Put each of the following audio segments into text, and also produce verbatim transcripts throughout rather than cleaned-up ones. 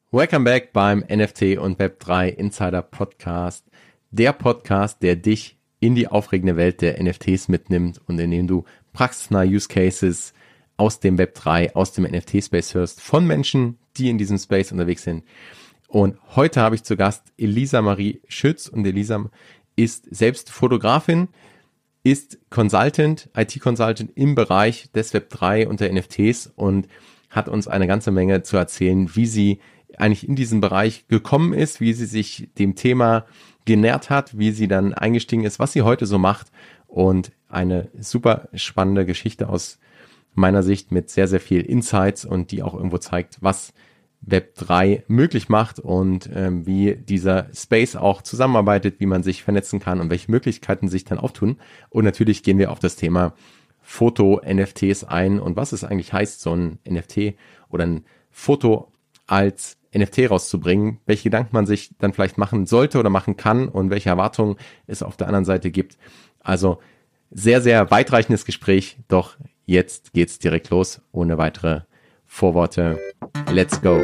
Welcome back beim N F T und Web drei Insider Podcast. Der Podcast, der dich in die aufregende Welt der N F Ts mitnimmt und in dem du praxisnahe Use Cases aus dem Web drei, aus dem N F T-Space hörst, von Menschen, die in diesem Space unterwegs sind. Und heute habe ich zu Gast Elisa Marie Schütz, und Elisa ist selbst Fotografin, ist Consultant, I T-Consultant im Bereich des Web drei und der N F Ts und hat uns eine ganze Menge zu erzählen, wie sie eigentlich in diesen Bereich gekommen ist, wie sie sich dem Thema genährt hat, wie sie dann eingestiegen ist, was sie heute so macht, und eine super spannende Geschichte aus meiner Sicht mit sehr, sehr viel Insights und die auch irgendwo zeigt, was Web drei möglich macht und ähm, wie dieser Space auch zusammenarbeitet, wie man sich vernetzen kann und welche Möglichkeiten sich dann auftun. Und natürlich gehen wir auf das Thema Foto-N F Ts ein und was es eigentlich heißt, so ein N F T oder ein Foto als N F T rauszubringen, welche Gedanken man sich dann vielleicht machen sollte oder machen kann und welche Erwartungen es auf der anderen Seite gibt. Also sehr, sehr weitreichendes Gespräch, doch jetzt geht's direkt los, ohne weitere Vorworte. Let's go!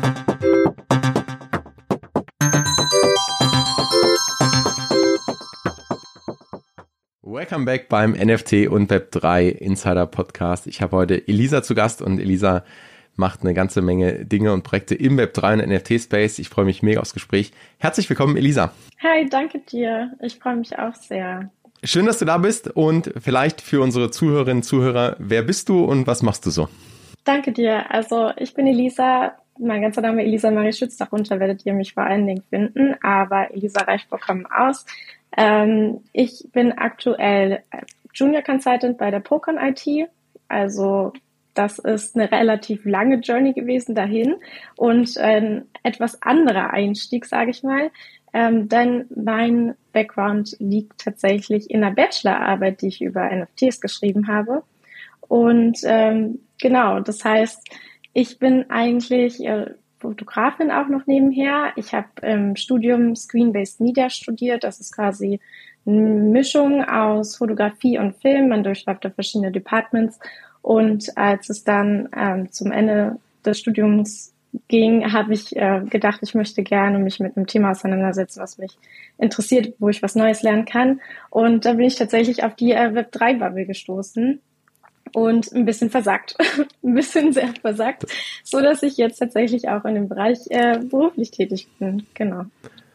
Welcome back beim N F T und Web drei Insider Podcast. Ich habe heute Elisa zu Gast, und Elisa macht eine ganze Menge Dinge und Projekte im Web drei und N F T-Space. Ich freue mich mega aufs Gespräch. Herzlich willkommen, Elisa. Hi, danke dir. Ich freue mich auch sehr. Schön, dass du da bist, und vielleicht für unsere Zuhörerinnen und Zuhörer, wer bist du und was machst du so? Danke dir. Also ich bin Elisa. Mein ganzer Name Elisa Marie Schütz. Darunter werdet ihr mich vor allen Dingen finden, aber Elisa reicht vollkommen aus. Ähm, ich bin aktuell Junior Consultant bei der Procon I T. Also das ist eine relativ lange Journey gewesen dahin und ein etwas anderer Einstieg, sage ich mal. Ähm, denn mein Background liegt tatsächlich in der Bachelorarbeit, die ich über N F Ts geschrieben habe. Und ähm, genau, das heißt, ich bin eigentlich äh, Fotografin auch noch nebenher. Ich habe im Studium Screen-Based Media studiert. Das ist quasi eine Mischung aus Fotografie und Film. Man durchläuft da verschiedene Departments. Und als es dann ähm, zum Ende des Studiums ging, habe ich äh, gedacht, ich möchte gerne mich mit einem Thema auseinandersetzen, was mich interessiert, wo ich was Neues lernen kann. Und da bin ich tatsächlich auf die äh, Web drei Bubble gestoßen und ein bisschen versagt, ein bisschen sehr versagt, so dass ich jetzt tatsächlich auch in dem Bereich äh, beruflich tätig bin. Genau.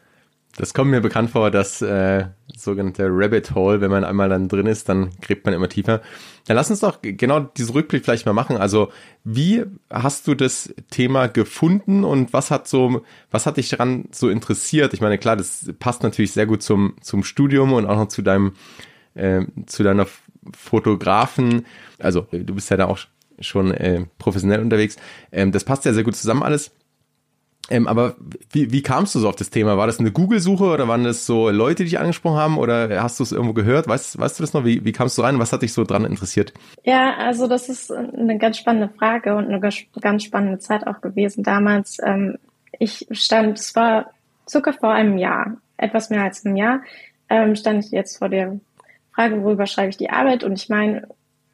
Das kommt mir bekannt vor, das äh, sogenannte Rabbit Hole, wenn man einmal dann drin ist, dann gräbt man immer tiefer. Dann lass uns doch genau diesen Rückblick vielleicht mal machen. Also wie hast du das Thema gefunden und was hat so, was hat dich daran so interessiert? Ich meine, klar, das passt natürlich sehr gut zum zum Studium und auch noch zu deinem äh, zu deiner Fotografen. Also du bist ja da auch schon äh, professionell unterwegs. Ähm, das passt ja sehr gut zusammen alles. Ähm, aber wie, wie kamst du so auf das Thema? War das eine Google-Suche oder waren das so Leute, die dich angesprochen haben, oder hast du es irgendwo gehört? Weißt, weißt du das noch? Wie, wie kamst du rein? Was hat dich so dran interessiert? Ja, also das ist eine ganz spannende Frage und eine ganz spannende Zeit auch gewesen damals. Ähm, ich stand, es war circa vor einem Jahr, etwas mehr als einem Jahr, ähm, stand ich jetzt vor der Frage, worüber schreibe ich die Arbeit? Und ich meine,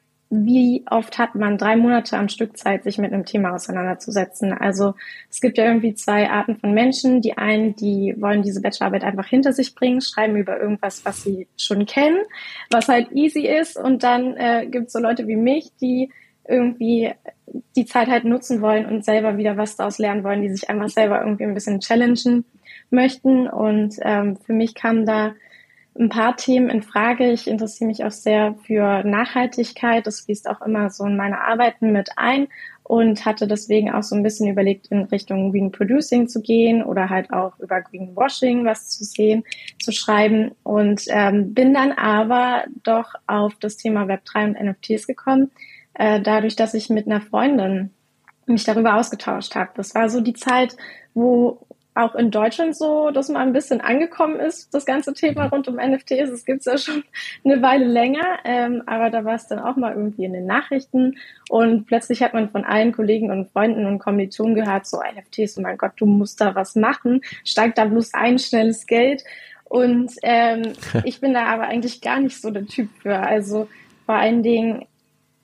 wie oft hat man drei Monate am Stück Zeit, sich mit einem Thema auseinanderzusetzen? Also es gibt ja irgendwie zwei Arten von Menschen. Die einen, die wollen diese Bachelorarbeit einfach hinter sich bringen, schreiben über irgendwas, was sie schon kennen, was halt easy ist. Und dann äh, gibt es so Leute wie mich, die irgendwie die Zeit halt nutzen wollen und selber wieder was daraus lernen wollen, die sich einfach selber irgendwie ein bisschen challengen möchten. Und ähm, für mich kam da ein paar Themen in Frage. Ich interessiere mich auch sehr für Nachhaltigkeit. Das fließt auch immer so in meine Arbeiten mit ein und hatte deswegen auch so ein bisschen überlegt, in Richtung Green Producing zu gehen oder halt auch über Greenwashing was zu sehen, zu schreiben, und ähm, bin dann aber doch auf das Thema Web drei und N F Ts gekommen, äh, dadurch, dass ich mit einer Freundin mich darüber ausgetauscht habe. Das war so die Zeit, wo auch in Deutschland so, dass man ein bisschen angekommen ist, das ganze Thema rund um N F Ts. Das gibt's ja schon eine Weile länger, ähm, aber da war es dann auch mal irgendwie in den Nachrichten, und plötzlich hat man von allen Kollegen und Freunden und Kommilitonen gehört, so N F Ts, oh mein Gott, du musst da was machen, steig da bloß ein, schnelles Geld. Und ähm, ich bin da aber eigentlich gar nicht so der Typ für. Also vor allen Dingen,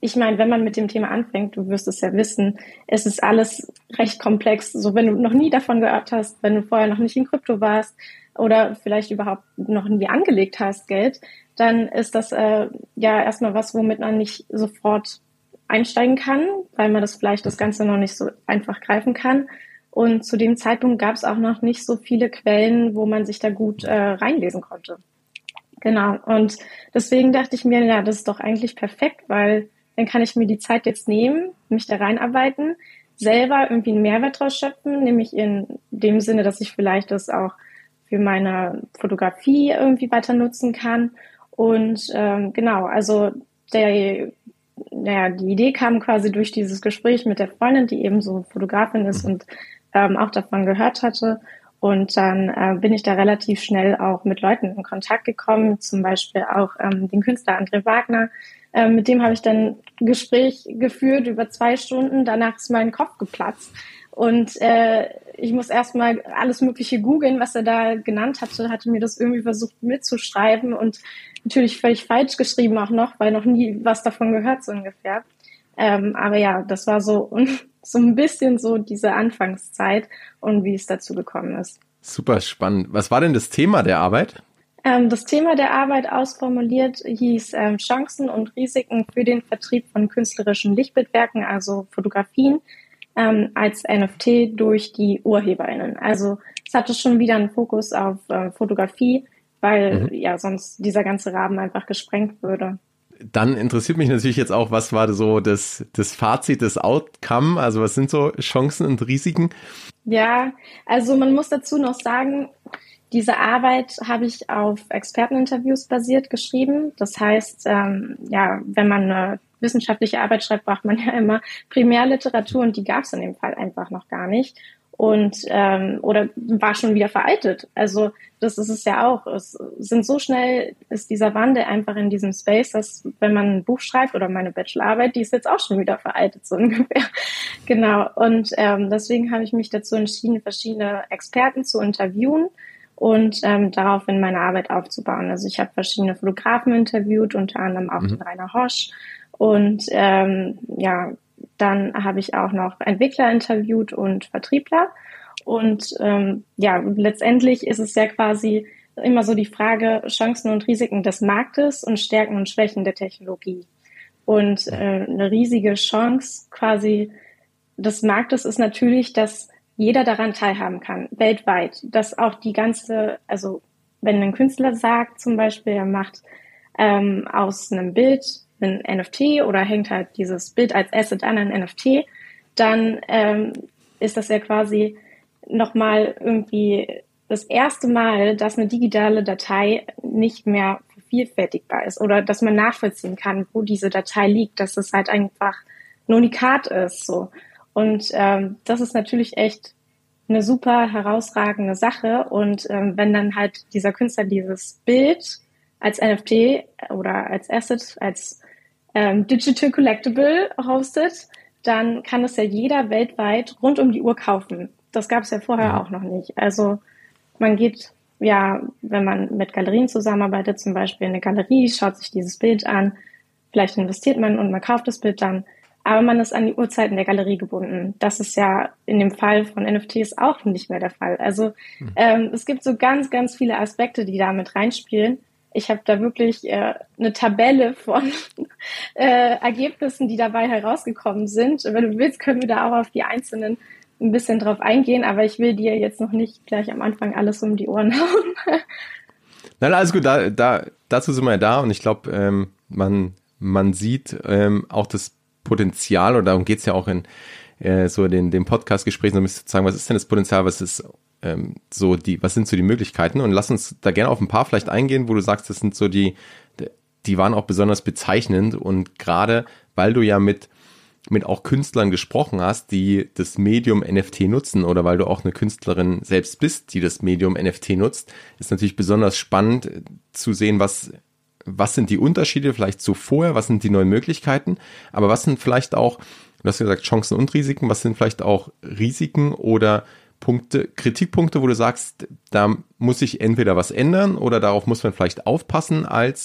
ich meine, wenn man mit dem Thema anfängt, du wirst es ja wissen, es ist alles recht komplex. So, wenn du noch nie davon gehört hast, wenn du vorher noch nicht in Krypto warst oder vielleicht überhaupt noch nie angelegt hast, Geld, dann ist das äh, ja erstmal was, womit man nicht sofort einsteigen kann, weil man das vielleicht das Ganze noch nicht so einfach greifen kann. Und zu dem Zeitpunkt gab es auch noch nicht so viele Quellen, wo man sich da gut äh, reinlesen konnte. Genau. Und deswegen dachte ich mir, ja, das ist doch eigentlich perfekt, weil dann kann ich mir die Zeit jetzt nehmen, mich da reinarbeiten, selber irgendwie einen Mehrwert draus schöpfen, nämlich in dem Sinne, dass ich vielleicht das auch für meine Fotografie irgendwie weiter nutzen kann. Und ähm, genau, also der, naja, die Idee kam quasi durch dieses Gespräch mit der Freundin, die eben so Fotografin ist und ähm, auch davon gehört hatte. Und dann äh, bin ich da relativ schnell auch mit Leuten in Kontakt gekommen, zum Beispiel auch ähm, den Künstler André Wagner. Ähm, mit dem habe ich dann ein Gespräch geführt über zwei Stunden. Danach ist mein Kopf geplatzt. Und äh, ich muss erstmal alles Mögliche googeln, was er da genannt hatte, hatte mir das irgendwie versucht mitzuschreiben und natürlich völlig falsch geschrieben auch noch, weil noch nie was davon gehört, so ungefähr. Ähm, aber ja, das war so, so ein bisschen so diese Anfangszeit und wie es dazu gekommen ist. Super spannend. Was war denn das Thema der Arbeit? Ähm, das Thema der Arbeit ausformuliert hieß ähm, Chancen und Risiken für den Vertrieb von künstlerischen Lichtbildwerken, also Fotografien, ähm, als N F T durch die UrheberInnen. Also es hatte schon wieder einen Fokus auf äh, Fotografie, weil mhm. ja sonst dieser ganze Rahmen einfach gesprengt würde. Dann interessiert mich natürlich jetzt auch, was war so das, das Fazit, das Outcome? Also was sind so Chancen und Risiken? Ja, also man muss dazu noch sagen, diese Arbeit habe ich auf Experteninterviews basiert geschrieben. Das heißt, ähm, ja, wenn man eine wissenschaftliche Arbeit schreibt, braucht man ja immer Primärliteratur und die gab es in dem Fall einfach noch gar nicht. Und ähm, oder war schon wieder veraltet. Also das ist es ja auch. Es sind so schnell ist dieser Wandel einfach in diesem Space, dass wenn man ein Buch schreibt oder meine Bachelorarbeit, die ist jetzt auch schon wieder veraltet so ungefähr. Genau. Und ähm, deswegen habe ich mich dazu entschieden, verschiedene Experten zu interviewen und ähm, daraufhin meine Arbeit aufzubauen. Also ich habe verschiedene Fotografen interviewt, unter anderem auch mhm. den Rainer Hosch und ähm, ja. Dann habe ich auch noch Entwickler interviewt und Vertriebler. Und ähm, ja, letztendlich ist es ja quasi immer so die Frage Chancen und Risiken des Marktes und Stärken und Schwächen der Technologie. Und äh, eine riesige Chance quasi des Marktes ist natürlich, dass jeder daran teilhaben kann, weltweit. Dass auch die ganze, also wenn ein Künstler sagt zum Beispiel, er macht ähm, aus einem Bild ein N F T oder hängt halt dieses Bild als Asset an ein N F T, dann ähm, ist das ja quasi nochmal irgendwie das erste Mal, dass eine digitale Datei nicht mehr vervielfältigbar ist oder dass man nachvollziehen kann, wo diese Datei liegt, dass es halt einfach ein Unikat ist. So. Und ähm, das ist natürlich echt eine super herausragende Sache. Und ähm, wenn dann halt dieser Künstler dieses Bild als N F T oder als Asset, als ähm, Digital Collectible hostet, dann kann es ja jeder weltweit rund um die Uhr kaufen. Das gab es ja vorher mhm. auch noch nicht. Also man geht, ja, wenn man mit Galerien zusammenarbeitet, zum Beispiel in eine Galerie, schaut sich dieses Bild an, vielleicht investiert man und man kauft das Bild dann, aber man ist an die Uhrzeiten der Galerie gebunden. Das ist ja in dem Fall von N F Ts auch nicht mehr der Fall. Also mhm. ähm, es gibt so ganz, ganz viele Aspekte, die da mit reinspielen. Ich habe da wirklich äh, eine Tabelle von äh, Ergebnissen, die dabei herausgekommen sind. Wenn du willst, können wir da auch auf die einzelnen ein bisschen drauf eingehen, aber ich will dir jetzt noch nicht gleich am Anfang alles um die Ohren hauen. Nein, alles gut, da, da, dazu sind wir ja da und ich glaube, ähm, man, man sieht ähm, auch das Potenzial, und darum geht's ja auch in äh, so den, den Podcast-Gesprächen, so ein bisschen zu sagen, was ist denn das Potenzial, was ist ähm, so die, was sind so die Möglichkeiten, und lass uns da gerne auf ein paar vielleicht eingehen, wo du sagst, das sind so die, die waren auch besonders bezeichnend, und gerade weil du ja mit mit auch Künstlern gesprochen hast, die das Medium N F T nutzen, oder weil du auch eine Künstlerin selbst bist, die das Medium N F T nutzt, ist natürlich besonders spannend zu sehen, was was sind die Unterschiede vielleicht zu vorher, was sind die neuen Möglichkeiten, aber was sind vielleicht auch, du hast gesagt, Chancen und Risiken, was sind vielleicht auch Risiken oder Punkte, Kritikpunkte, wo du sagst, da muss sich entweder was ändern oder darauf muss man vielleicht aufpassen als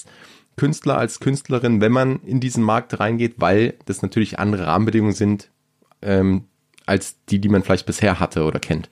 Künstler als Künstlerin, wenn man in diesen Markt reingeht, weil das natürlich andere Rahmenbedingungen sind, ähm, als die, die man vielleicht bisher hatte oder kennt.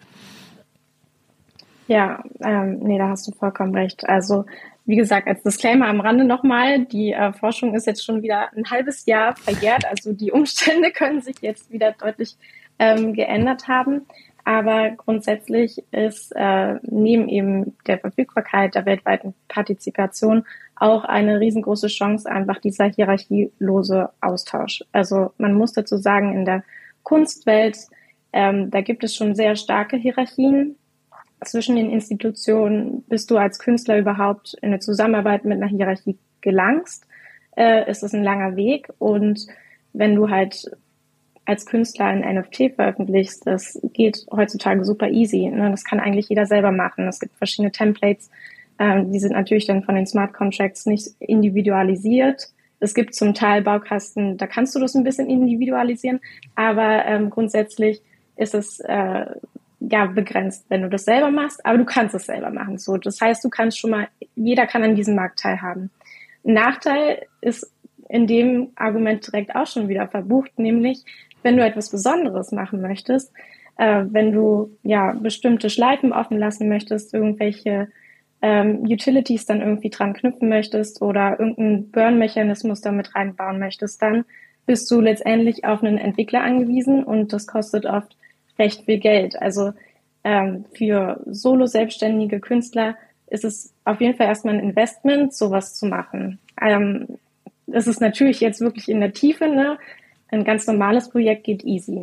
Ja, ähm, nee, da hast du vollkommen recht. Also, wie gesagt, als Disclaimer am Rande nochmal, die äh, Forschung ist jetzt schon wieder ein halbes Jahr verjährt, also die Umstände können sich jetzt wieder deutlich ähm, geändert haben. Aber grundsätzlich ist äh, neben eben der Verfügbarkeit der weltweiten Partizipation auch eine riesengroße Chance einfach dieser hierarchielose Austausch. Also man muss dazu sagen, in der Kunstwelt, ähm, da gibt es schon sehr starke Hierarchien zwischen den Institutionen, bis du als Künstler überhaupt in eine Zusammenarbeit mit einer Hierarchie gelangst, äh, ist es ein langer Weg. Und wenn du halt als Künstler ein N F T veröffentlichst, das geht heutzutage super easy. Ne? Das kann eigentlich jeder selber machen. Es gibt verschiedene Templates, ähm, die sind natürlich dann von den Smart Contracts nicht individualisiert. Es gibt zum Teil Baukasten, da kannst du das ein bisschen individualisieren, aber ähm, grundsätzlich ist es äh, ja begrenzt, wenn du das selber machst, aber du kannst es selber machen. So, das heißt, du kannst schon mal, jeder kann an diesem Markt teilhaben. Ein Nachteil ist in dem Argument direkt auch schon wieder verbucht, nämlich wenn du etwas Besonderes machen möchtest, äh, wenn du ja bestimmte Schleifen offen lassen möchtest, irgendwelche ähm, Utilities dann irgendwie dran knüpfen möchtest oder irgendeinen Burn-Mechanismus damit reinbauen möchtest, dann bist du letztendlich auf einen Entwickler angewiesen und das kostet oft recht viel Geld. Also ähm, für solo-selbstständige Künstler ist es auf jeden Fall erstmal ein Investment, sowas zu machen. Ähm, das ist natürlich jetzt wirklich in der Tiefe, ne? Ein ganz normales Projekt geht easy.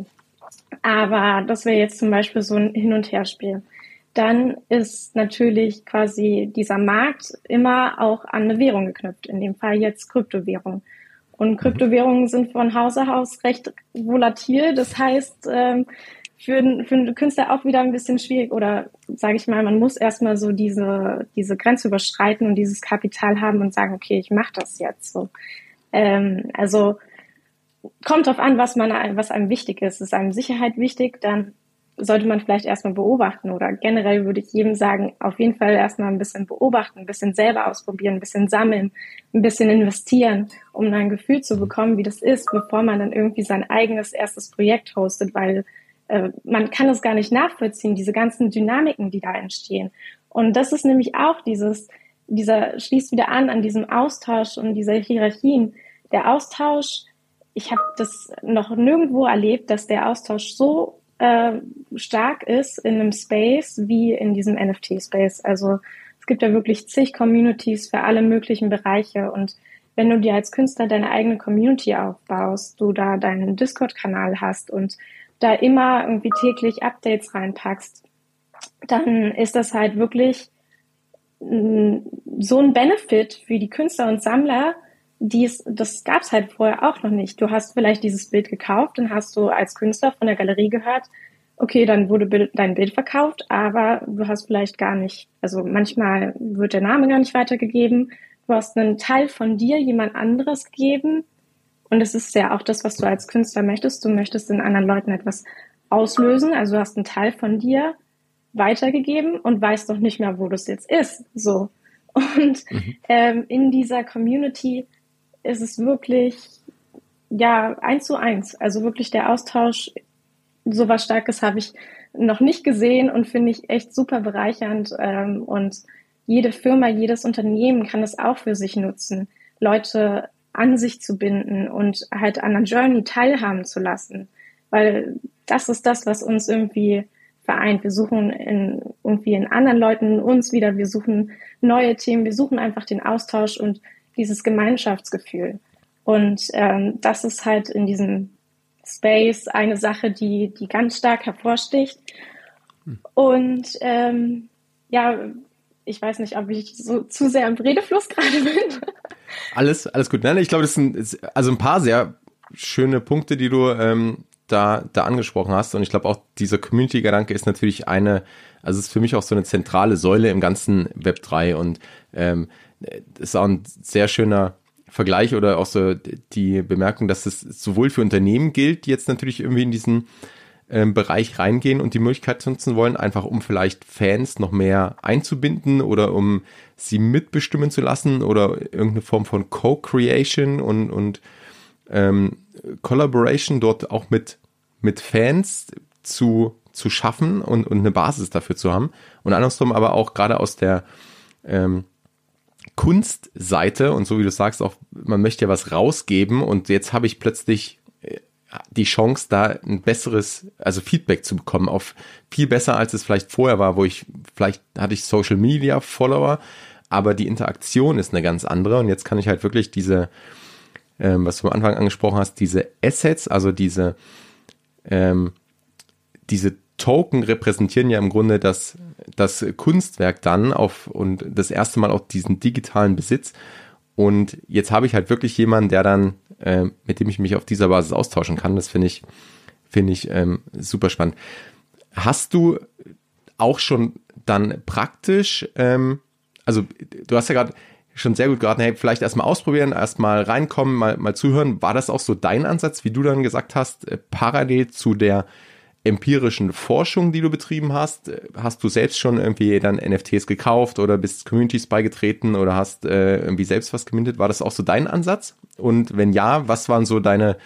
Aber das wäre jetzt zum Beispiel so ein Hin- und Herspiel. Dann ist natürlich quasi dieser Markt immer auch an eine Währung geknüpft, in dem Fall jetzt Kryptowährung. Und Kryptowährungen sind von Hause aus recht volatil. Das heißt, ähm, für, für einen Künstler auch wieder ein bisschen schwierig. Oder sage ich mal, man muss erstmal so diese, diese Grenze überschreiten und dieses Kapital haben und sagen, okay, ich mache das jetzt so. Ähm, also kommt drauf an, was man, was einem wichtig ist. Ist einem Sicherheit wichtig, dann sollte man vielleicht erstmal beobachten oder generell würde ich jedem sagen, auf jeden Fall erstmal ein bisschen beobachten, ein bisschen selber ausprobieren, ein bisschen sammeln, ein bisschen investieren, um ein Gefühl zu bekommen, wie das ist, bevor man dann irgendwie sein eigenes erstes Projekt hostet, weil äh, man kann es gar nicht nachvollziehen, diese ganzen Dynamiken, die da entstehen. Und das ist nämlich auch dieses, dieser schließt wieder an an diesem Austausch und dieser Hierarchien. Der Austausch, ich habe das noch nirgendwo erlebt, dass der Austausch so äh, stark ist in einem Space wie in diesem N F T-Space. Also es gibt ja wirklich zig Communities für alle möglichen Bereiche und wenn du dir als Künstler deine eigene Community aufbaust, du da deinen Discord-Kanal hast und da immer irgendwie täglich Updates reinpackst, dann ist das halt wirklich mh, so ein Benefit für die Künstler und Sammler, Dies, das gab es halt vorher auch noch nicht. Du hast vielleicht dieses Bild gekauft, dann hast du als Künstler von der Galerie gehört, okay, dann wurde Bild, dein Bild verkauft, aber du hast vielleicht gar nicht, also manchmal wird der Name gar nicht weitergegeben. Du hast einen Teil von dir jemand anderes gegeben und es ist ja auch das, was du als Künstler möchtest. Du möchtest in anderen Leuten etwas auslösen, also du hast einen Teil von dir weitergegeben und weißt noch nicht mehr, wo das jetzt ist. So. Und mhm. ähm, in dieser Community ist es wirklich, ja, eins zu eins. Also wirklich der Austausch, so was Starkes habe ich noch nicht gesehen und finde ich echt super bereichernd. Ähm, und jede Firma, jedes Unternehmen kann es auch für sich nutzen, Leute an sich zu binden und halt an der Journey teilhaben zu lassen. Weil das ist das, was uns irgendwie vereint. Wir suchen in, irgendwie in anderen Leuten uns wieder, wir suchen neue Themen, wir suchen einfach den Austausch und dieses Gemeinschaftsgefühl. Und ähm, das ist halt in diesem Space eine Sache, die, die ganz stark hervorsticht. Hm. Und ähm, ja, ich weiß nicht, ob ich so zu sehr im Redefluss gerade bin. Alles, alles gut. Nein, ich glaube, das sind also ein paar sehr schöne Punkte, die du ähm, da, da angesprochen hast. Und ich glaube auch, dieser Community-Gedanke ist natürlich eine, also es ist für mich auch so eine zentrale Säule im ganzen Web drei und ähm, das ist auch ein sehr schöner Vergleich oder auch so die Bemerkung, dass es sowohl für Unternehmen gilt, jetzt natürlich irgendwie in diesen ähm, Bereich reingehen und die Möglichkeit nutzen wollen, einfach um vielleicht Fans noch mehr einzubinden oder um sie mitbestimmen zu lassen oder irgendeine Form von Co-Creation und, und ähm, Collaboration dort auch mit, mit Fans zu, zu schaffen und, und eine Basis dafür zu haben. Und andersrum aber auch gerade aus der ähm, Kunstseite und so wie du sagst, auch man möchte ja was rausgeben und jetzt habe ich plötzlich die Chance, da ein besseres, also Feedback zu bekommen, auf viel besser, als es vielleicht vorher war, wo ich, vielleicht hatte ich Social Media Follower, aber die Interaktion ist eine ganz andere und jetzt kann ich halt wirklich diese, ähm, was du am Anfang angesprochen hast, diese Assets, also diese, ähm, diese Token repräsentieren ja im Grunde das, das Kunstwerk dann auf und das erste Mal auch diesen digitalen Besitz. Und jetzt habe ich halt wirklich jemanden, der dann, äh, mit dem ich mich auf dieser Basis austauschen kann. Das finde ich, finde ich ähm, super spannend. Hast du auch schon dann praktisch, ähm, also du hast ja gerade schon sehr gut geraten, hey, vielleicht erstmal ausprobieren, erstmal reinkommen, mal, mal zuhören. War das auch so dein Ansatz, wie du dann gesagt hast, äh, parallel zu der empirischen Forschung, die du betrieben hast? Hast du selbst schon irgendwie dann N F Ts gekauft oder bist Communities beigetreten oder hast äh, irgendwie selbst was gemintet? War das auch so dein Ansatz? Und wenn ja, was waren so deine,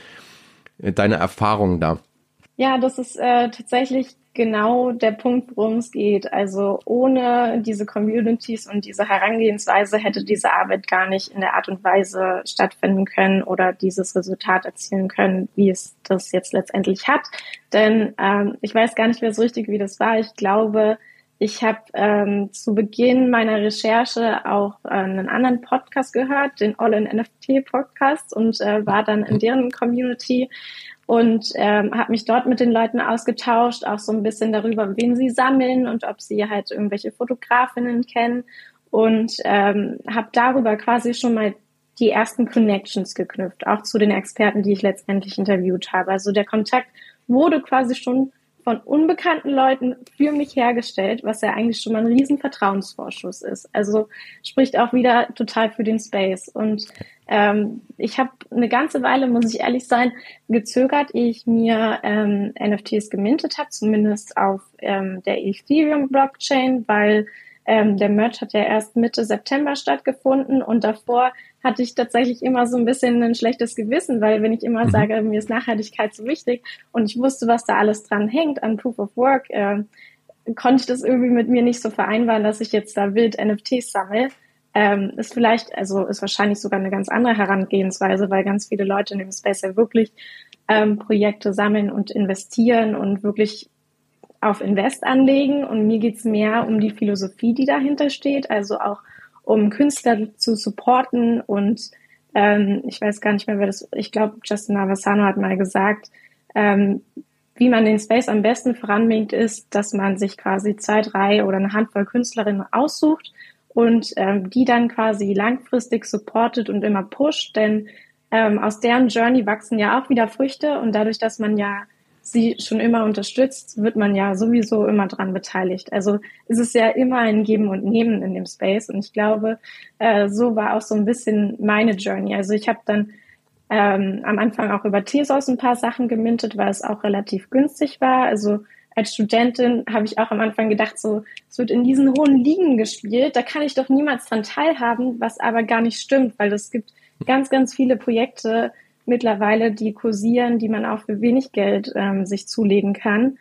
deine Erfahrungen da? Ja, das ist äh, tatsächlich genau der Punkt, worum es geht. Also ohne diese Communities und diese Herangehensweise hätte diese Arbeit gar nicht in der Art und Weise stattfinden können oder dieses Resultat erzielen können, wie es das jetzt letztendlich hat. Denn ähm, ich weiß gar nicht mehr so richtig, wie das war. Ich glaube, ich habe ähm, zu Beginn meiner Recherche auch äh, einen anderen Podcast gehört, den All-in-N F T-Podcast, und äh, war dann in deren Community und ähm, habe mich dort mit den Leuten ausgetauscht, auch so ein bisschen darüber, wen sie sammeln und ob sie halt irgendwelche Fotografinnen kennen und ähm, habe darüber quasi schon mal die ersten Connections geknüpft, auch zu den Experten, die ich letztendlich interviewt habe. Also der Kontakt wurde quasi schon von unbekannten Leuten für mich hergestellt, was ja eigentlich schon mal ein riesen Vertrauensvorschuss ist. Also spricht auch wieder total für den Space. Und ähm, ich habe eine ganze Weile, muss ich ehrlich sein, gezögert, ehe ich mir ähm, N F Ts gemintet habe, zumindest auf ähm, der Ethereum-Blockchain, weil ähm, der Merge hat ja erst Mitte September stattgefunden und davor hatte ich tatsächlich immer so ein bisschen ein schlechtes Gewissen, weil wenn ich immer mhm. sage, mir ist Nachhaltigkeit so wichtig und ich wusste, was da alles dran hängt an Proof of Work, äh, konnte ich das irgendwie mit mir nicht so vereinbaren, dass ich jetzt da wild N F Ts sammle. Ähm, ist vielleicht, also ist wahrscheinlich sogar eine ganz andere Herangehensweise, weil ganz viele Leute in dem Space ja wirklich ähm, Projekte sammeln und investieren und wirklich auf Invest anlegen. Und mir geht's mehr um die Philosophie, die dahinter steht, also auch um Künstler zu supporten und ähm, ich weiß gar nicht mehr, wer das, ich glaube, Justin Navasano hat mal gesagt, ähm, wie man den Space am besten voranbringt, ist, dass man sich quasi zwei, drei oder eine Handvoll Künstlerinnen aussucht und ähm, die dann quasi langfristig supportet und immer pusht, denn ähm, aus deren Journey wachsen ja auch wieder Früchte und dadurch, dass man ja sie schon immer unterstützt, wird man ja sowieso immer dran beteiligt. Also es ist ja immer ein Geben und Nehmen in dem Space und ich glaube, äh, so war auch so ein bisschen meine Journey. Also ich habe dann ähm, am Anfang auch über Tezos ein paar Sachen gemintet, weil es auch relativ günstig war. Also als Studentin habe ich auch am Anfang gedacht, so es wird in diesen hohen Ligen gespielt, da kann ich doch niemals dran teilhaben, was aber gar nicht stimmt, weil es gibt ganz, ganz viele Projekte mittlerweile, die kursieren, die man auch für wenig Geld ähm, sich zulegen kann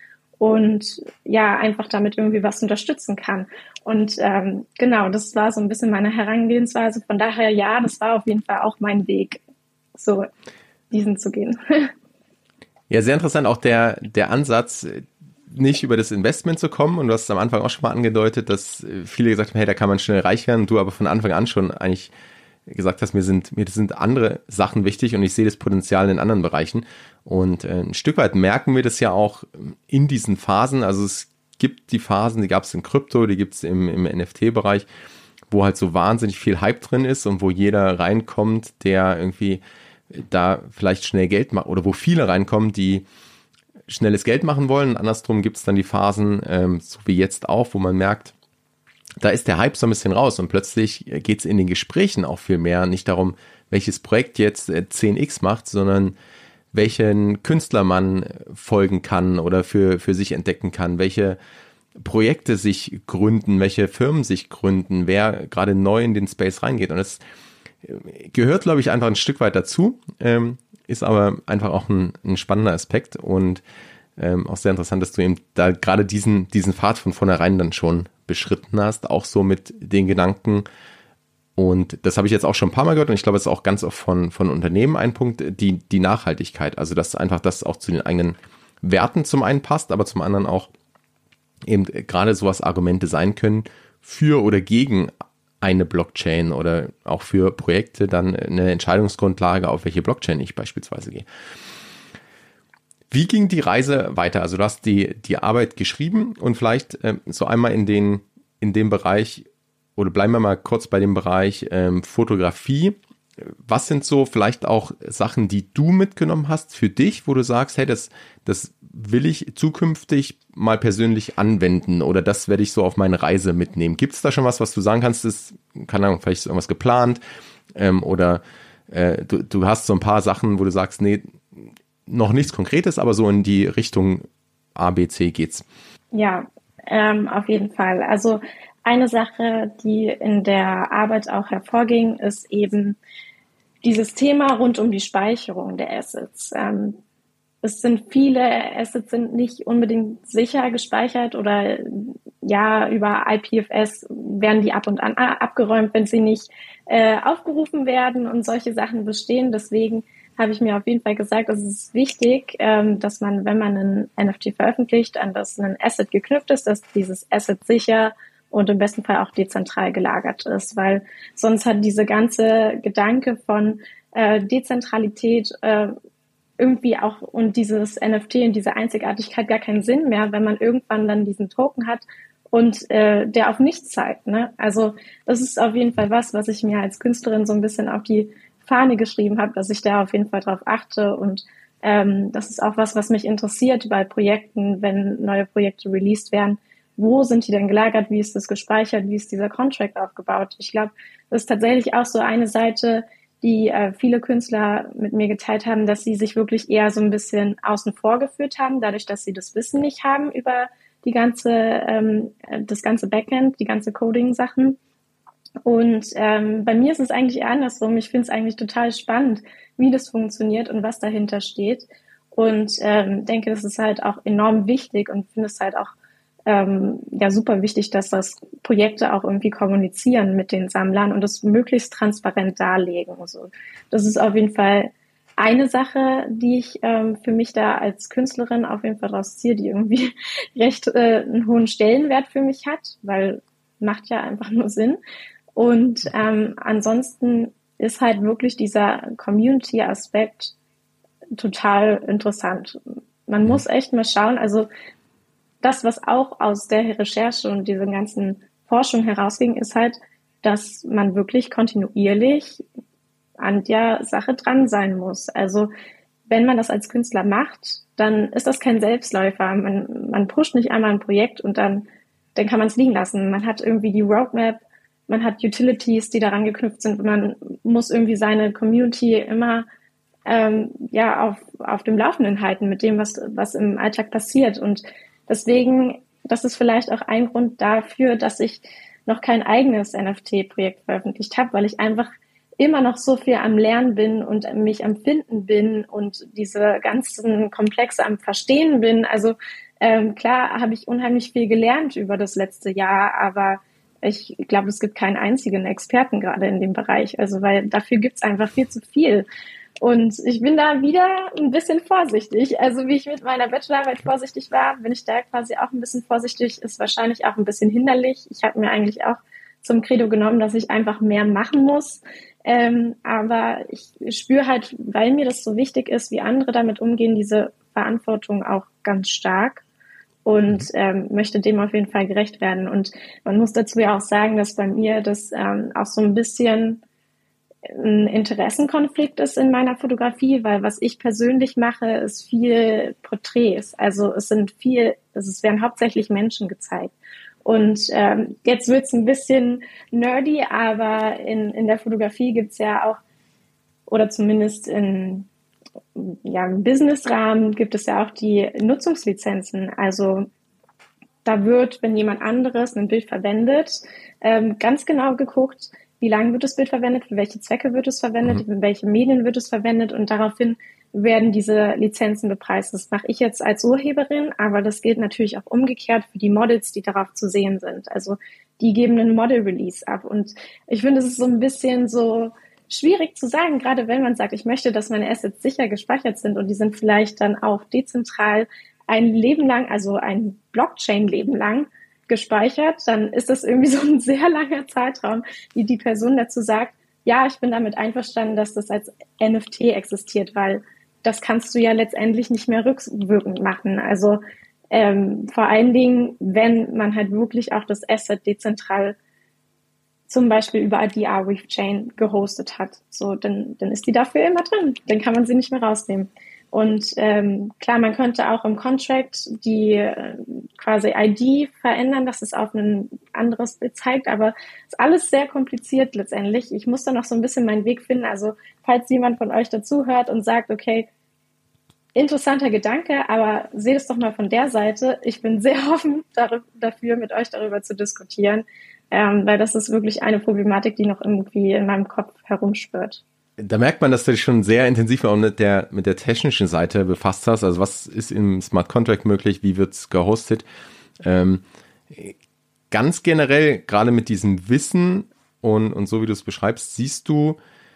und ja, einfach damit irgendwie was unterstützen kann. Und ähm, genau, das war so ein bisschen meine Herangehensweise. Von daher, ja, das war auf jeden Fall auch mein Weg, so diesen zu gehen. Ja, sehr interessant auch der, der Ansatz, nicht über das Investment zu kommen. Und du hast es am Anfang auch schon mal angedeutet, dass viele gesagt haben, hey, da kann man schnell reich werden. Und du aber von Anfang an schon eigentlich gesagt hast, mir sind, mir sind andere Sachen wichtig und ich sehe das Potenzial in anderen Bereichen. Und äh, ein Stück weit merken wir das ja auch in diesen Phasen. Also es gibt die Phasen, die gab es in Krypto, die gibt es im, im N F T-Bereich, wo halt so wahnsinnig viel Hype drin ist und wo jeder reinkommt, der irgendwie da vielleicht schnell Geld macht oder wo viele reinkommen, die schnelles Geld machen wollen. Und andersrum gibt es dann die Phasen, ähm, so wie jetzt auch, wo man merkt, da ist der Hype so ein bisschen raus und plötzlich geht es in den Gesprächen auch viel mehr nicht darum, welches Projekt jetzt zehn x macht, sondern welchen Künstler man folgen kann oder für, für sich entdecken kann, welche Projekte sich gründen, welche Firmen sich gründen, wer gerade neu in den Space reingeht. Und das gehört, glaube ich, einfach ein Stück weit dazu, ähm, ist aber einfach auch ein, ein spannender Aspekt und ähm, auch sehr interessant, dass du eben da gerade diesen, diesen Pfad von vornherein dann schon beschritten hast, auch so mit den Gedanken. Und das habe ich jetzt auch schon ein paar Mal gehört und ich glaube, es ist auch ganz oft von, von Unternehmen ein Punkt, die, die Nachhaltigkeit. Also, dass einfach das auch zu den eigenen Werten zum einen passt, aber zum anderen auch eben gerade sowas Argumente sein können für oder gegen eine Blockchain oder auch für Projekte dann eine Entscheidungsgrundlage, auf welche Blockchain ich beispielsweise gehe. Wie ging die Reise weiter? Also du hast die, die Arbeit geschrieben und vielleicht ähm, so einmal in den, in dem Bereich, oder bleiben wir mal kurz bei dem Bereich ähm, Fotografie. Was sind so vielleicht auch Sachen, die du mitgenommen hast für dich, wo du sagst, hey, das, das will ich zukünftig mal persönlich anwenden oder das werde ich so auf meine Reise mitnehmen? Gibt es da schon was, was du sagen kannst, ist, keine Ahnung, vielleicht ist irgendwas geplant ähm, oder äh, du, du hast so ein paar Sachen, wo du sagst, nee, noch nichts Konkretes, aber so in die Richtung A, B, C geht's. Ja, ähm, auf jeden Fall. Also eine Sache, die in der Arbeit auch hervorging, ist eben dieses Thema rund um die Speicherung der Assets. Ähm, es sind viele Assets sind nicht unbedingt sicher gespeichert oder ja, über I P F S werden die ab und an abgeräumt, wenn sie nicht äh, aufgerufen werden und solche Sachen bestehen. Deswegen habe ich mir auf jeden Fall gesagt, es ist wichtig, ähm, dass man, wenn man einen N F T veröffentlicht, an das ein Asset geknüpft ist, dass dieses Asset sicher und im besten Fall auch dezentral gelagert ist, weil sonst hat diese ganze Gedanke von äh, Dezentralität äh, irgendwie auch und dieses N F T und diese Einzigartigkeit gar keinen Sinn mehr, wenn man irgendwann dann diesen Token hat und äh, der auf nichts zeigt. Ne? Also das ist auf jeden Fall was, was ich mir als Künstlerin so ein bisschen auf die Fahne geschrieben habe, dass ich da auf jeden Fall drauf achte und ähm, das ist auch was, was mich interessiert bei Projekten, wenn neue Projekte released werden. Wo sind die denn gelagert? Wie ist das gespeichert? Wie ist dieser Contract aufgebaut? Ich glaube, das ist tatsächlich auch so eine Seite, die äh, viele Künstler mit mir geteilt haben, dass sie sich wirklich eher so ein bisschen außen vor geführt haben, dadurch, dass sie das Wissen nicht haben über die ganze, ähm, das ganze Backend, die ganze Coding-Sachen. Und ähm, bei mir ist es eigentlich eher andersrum. Ich finde es eigentlich total spannend, wie das funktioniert und was dahinter steht. Und ähm, denke, das ist halt auch enorm wichtig und finde es halt auch ähm, ja super wichtig, dass das Projekte auch irgendwie kommunizieren mit den Sammlern und das möglichst transparent darlegen. Also das ist auf jeden Fall eine Sache, die ich ähm, für mich da als Künstlerin auf jeden Fall draus ziehe, die irgendwie recht äh, einen hohen Stellenwert für mich hat, weil macht ja einfach nur Sinn. Und ähm, ansonsten ist halt wirklich dieser Community-Aspekt total interessant. Man muss echt mal schauen, also das, was auch aus der Recherche und dieser ganzen Forschung herausging, ist halt, dass man wirklich kontinuierlich an der Sache dran sein muss. Also wenn man das als Künstler macht, dann ist das kein Selbstläufer. Man, man pusht nicht einmal ein Projekt und dann, dann kann man es liegen lassen. Man hat irgendwie die Roadmap, man hat Utilities, die daran geknüpft sind. Man muss irgendwie seine Community immer ähm, ja auf, auf dem Laufenden halten mit dem, was, was im Alltag passiert. Und deswegen, das ist vielleicht auch ein Grund dafür, dass ich noch kein eigenes N F T-Projekt veröffentlicht habe, weil ich einfach immer noch so viel am Lernen bin und mich am Finden bin und diese ganzen Komplexe am Verstehen bin. Also ähm, klar habe ich unheimlich viel gelernt über das letzte Jahr, aber ich glaube, es gibt keinen einzigen Experten gerade in dem Bereich, also weil dafür gibt es einfach viel zu viel. Und ich bin da wieder ein bisschen vorsichtig. Also wie ich mit meiner Bachelorarbeit vorsichtig war, bin ich da quasi auch ein bisschen vorsichtig. Ist wahrscheinlich auch ein bisschen hinderlich. Ich habe mir eigentlich auch zum Credo genommen, dass ich einfach mehr machen muss. Ähm, aber ich spüre halt, weil mir das so wichtig ist, wie andere damit umgehen, diese Verantwortung auch ganz stark und ähm, möchte dem auf jeden Fall gerecht werden. Und man muss dazu ja auch sagen, dass bei mir das ähm, auch so ein bisschen ein Interessenkonflikt ist in meiner Fotografie, weil was ich persönlich mache, ist viel Porträts. Also es sind viel, es werden hauptsächlich Menschen gezeigt. Und ähm, jetzt wird's ein bisschen nerdy, aber in, in der Fotografie gibt's ja auch, oder zumindest in, ja, im Businessrahmen gibt es ja auch die Nutzungslizenzen. Also da wird, wenn jemand anderes ein Bild verwendet, ähm, ganz genau geguckt, wie lange wird das Bild verwendet, für welche Zwecke wird es verwendet, Mhm. in welche Medien wird es verwendet und daraufhin werden diese Lizenzen bepreist. Das mache ich jetzt als Urheberin, aber das gilt natürlich auch umgekehrt für die Models, die darauf zu sehen sind. Also die geben einen Model-Release ab und ich finde, es ist so ein bisschen so schwierig zu sagen, gerade wenn man sagt, ich möchte, dass meine Assets sicher gespeichert sind und die sind vielleicht dann auch dezentral ein Leben lang, also ein Blockchain-Leben lang gespeichert, dann ist das irgendwie so ein sehr langer Zeitraum, wie die Person dazu sagt, ja, ich bin damit einverstanden, dass das als N F T existiert, weil das kannst du ja letztendlich nicht mehr rückwirkend machen. Also ähm, vor allen Dingen, wenn man halt wirklich auch das Asset dezentral zum Beispiel über die Arweave Chain gehostet hat, so dann, dann ist die dafür immer drin. Dann kann man sie nicht mehr rausnehmen. Und ähm, klar, man könnte auch im Contract die äh, quasi I D verändern, dass es auf ein anderes Bild zeigt, aber es ist alles sehr kompliziert letztendlich. Ich muss da noch so ein bisschen meinen Weg finden. Also falls jemand von euch dazuhört und sagt, okay, interessanter Gedanke, aber seht es doch mal von der Seite. Ich bin sehr offen dar- dafür, mit euch darüber zu diskutieren, ähm, weil das ist wirklich eine Problematik, die noch irgendwie in meinem Kopf herumschwirrt. Da merkt man, dass du dich schon sehr intensiv auch mit der, mit der technischen Seite befasst hast. Also was ist im Smart Contract möglich? Wie wird's gehostet? Ähm, ganz generell, gerade mit diesem Wissen und, und so wie du es beschreibst, siehst du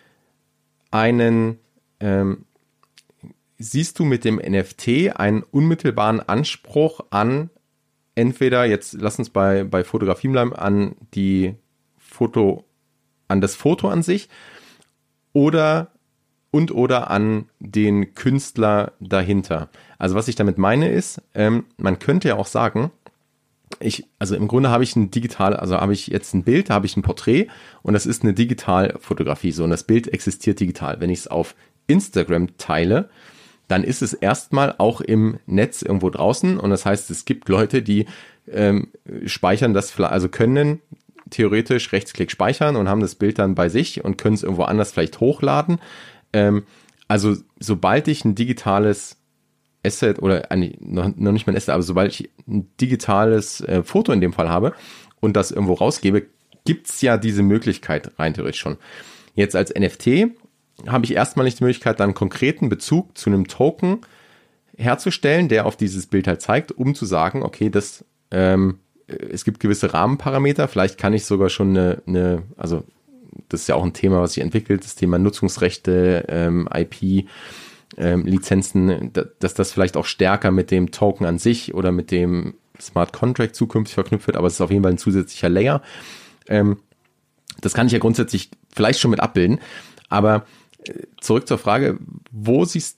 einen, ähm, siehst du mit dem N F T einen unmittelbaren Anspruch an entweder, jetzt lass uns bei, bei Fotografie bleiben, an die Foto, an das Foto an sich, oder und oder an den Künstler dahinter. Also was ich damit meine ist, ähm, man könnte ja auch sagen, ich, also im Grunde habe ich ein digital, also habe ich jetzt ein Bild, da habe ich ein Porträt und das ist eine Digitalfotografie, so, und das Bild existiert digital. Wenn ich es auf Instagram teile, dann ist es erstmal auch im Netz irgendwo draußen und das heißt, es gibt Leute, die ähm, speichern das, also können theoretisch Rechtsklick speichern und haben das Bild dann bei sich und können es irgendwo anders vielleicht hochladen. Ähm, also sobald ich ein digitales Asset oder äh, noch, noch nicht mal ein Asset, aber sobald ich ein digitales äh, Foto in dem Fall habe und das irgendwo rausgebe, gibt's ja diese Möglichkeit rein theoretisch schon. Jetzt als N F T habe ich erstmal nicht die Möglichkeit, dann einen konkreten Bezug zu einem Token herzustellen, der auf dieses Bild halt zeigt, um zu sagen, okay, das ähm, es gibt gewisse Rahmenparameter, vielleicht kann ich sogar schon eine, eine, also das ist ja auch ein Thema, was sich entwickelt, das Thema Nutzungsrechte, ähm, I P, ähm, Lizenzen, dass das vielleicht auch stärker mit dem Token an sich oder mit dem Smart Contract zukünftig verknüpft wird, aber es ist auf jeden Fall ein zusätzlicher Layer. Ähm, das kann ich ja grundsätzlich vielleicht schon mit abbilden, aber äh, zurück zur Frage, wo siehst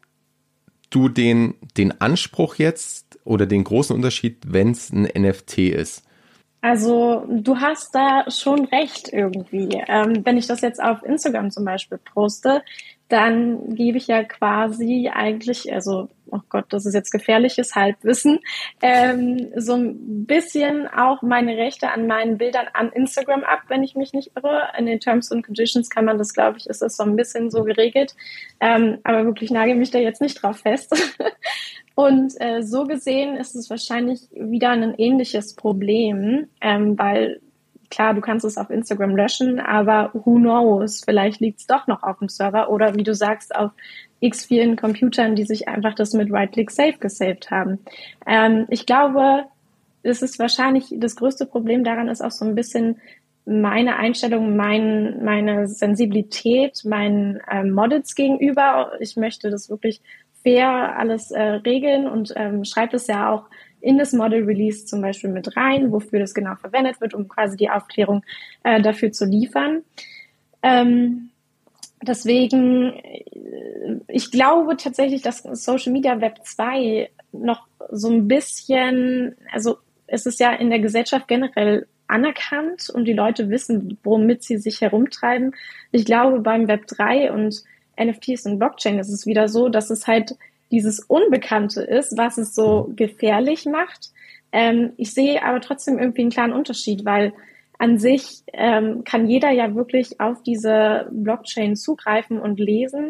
du den, den Anspruch jetzt oder den großen Unterschied, wenn es ein N F T ist? Also du hast da schon recht irgendwie. Ähm, wenn ich das jetzt auf Instagram zum Beispiel poste, dann gebe ich ja quasi eigentlich, also, oh Gott, das ist jetzt gefährliches Halbwissen, ähm, so ein bisschen auch meine Rechte an meinen Bildern an Instagram ab, wenn ich mich nicht irre. In den Terms and Conditions kann man das, glaube ich, ist das so ein bisschen so geregelt. Ähm, aber wirklich nagel mich da jetzt nicht drauf fest. Und äh, so gesehen ist es wahrscheinlich wieder ein ähnliches Problem, ähm, weil klar, du kannst es auf Instagram löschen, aber who knows, vielleicht liegt es doch noch auf dem Server oder wie du sagst, auf x vielen Computern, die sich einfach das mit Right-Click Save gesaved haben. Ähm, ich glaube, es ist wahrscheinlich, das größte Problem daran ist auch so ein bisschen meine Einstellung, mein, meine Sensibilität meinen ähm, Models gegenüber. Ich möchte das wirklich fair alles äh, regeln und ähm, schreibe das ja auch in das Model Release zum Beispiel mit rein, wofür das genau verwendet wird, um quasi die Aufklärung äh, dafür zu liefern. Ähm, deswegen, ich glaube tatsächlich, dass Social Media Web zwei noch so ein bisschen, also es ist ja in der Gesellschaft generell anerkannt und die Leute wissen, womit sie sich herumtreiben. Ich glaube, beim Web drei und N F Ts und Blockchain ist es wieder so, dass es halt dieses Unbekannte ist, was es so gefährlich macht. Ähm, ich sehe aber trotzdem irgendwie einen klaren Unterschied, weil an sich ähm, kann jeder ja wirklich auf diese Blockchain zugreifen und lesen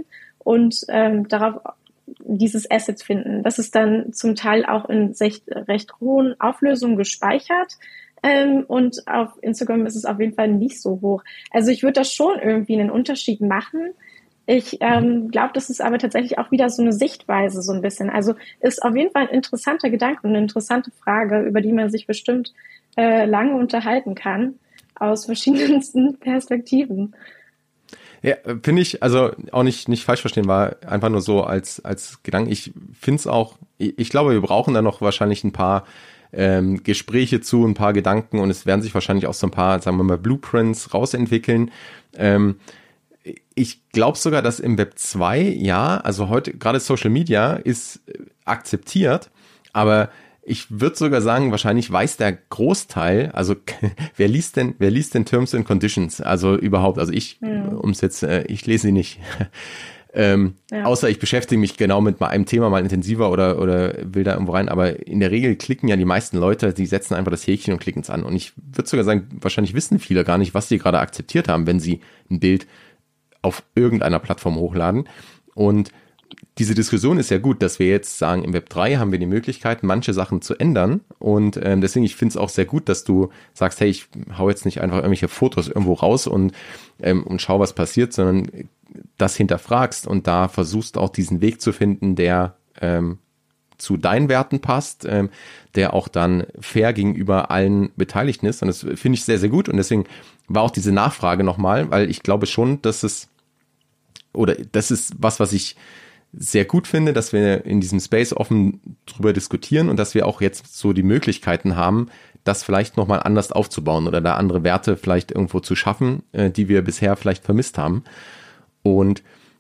und ähm, darauf dieses Assets finden. Das ist dann zum Teil auch in recht, recht hohen Auflösungen gespeichert. Ähm, und auf Instagram ist es auf jeden Fall nicht so hoch. Also ich würde da schon irgendwie einen Unterschied machen. Ich ähm, glaube, das ist aber tatsächlich auch wieder so eine Sichtweise so ein bisschen. Also ist auf jeden Fall ein interessanter Gedanke und eine interessante Frage, über die man sich bestimmt äh, lange unterhalten kann, aus verschiedensten Perspektiven. Ja, finde ich, also auch nicht nicht falsch verstehen, war einfach nur so als als Gedanke. Ich finde es auch, ich, ich glaube, wir brauchen da noch wahrscheinlich ein paar ähm, Gespräche zu, ein paar Gedanken und es werden sich wahrscheinlich auch so ein paar, sagen wir mal, Blueprints rausentwickeln. Ähm, ich glaube sogar, dass im Web zwei, ja, also heute gerade Social Media ist akzeptiert, aber ich würde sogar sagen, wahrscheinlich weiß der Großteil, also wer liest denn, wer liest denn Terms and Conditions? Also überhaupt, also ich, hm. ums jetzt, äh, ich lese sie nicht. ähm, ja. Außer ich beschäftige mich genau mit einem Thema mal intensiver oder, oder will da irgendwo rein, aber in der Regel klicken ja die meisten Leute, die setzen einfach das Häkchen und klicken es an. Und ich würde sogar sagen, wahrscheinlich wissen viele gar nicht, was sie gerade akzeptiert haben, wenn sie ein Bild auf irgendeiner Plattform hochladen. Und diese Diskussion ist ja gut, dass wir jetzt sagen, im Web drei haben wir die Möglichkeit, manche Sachen zu ändern. Und ähm, deswegen, ich finde es auch sehr gut, dass du sagst, hey, ich hau jetzt nicht einfach irgendwelche Fotos irgendwo raus und, ähm, und schau, was passiert, sondern das hinterfragst und da versuchst auch diesen Weg zu finden, der ähm, zu deinen Werten passt, ähm, der auch dann fair gegenüber allen Beteiligten ist. Und das finde ich sehr, sehr gut. Und deswegen war auch diese Nachfrage nochmal, weil ich glaube schon, dass es, oder das ist was, was ich sehr gut finde, dass wir in diesem Space offen drüber diskutieren und dass wir auch jetzt so die Möglichkeiten haben, das vielleicht nochmal anders aufzubauen oder da andere Werte vielleicht irgendwo zu schaffen, äh, die wir bisher vielleicht vermisst haben. Und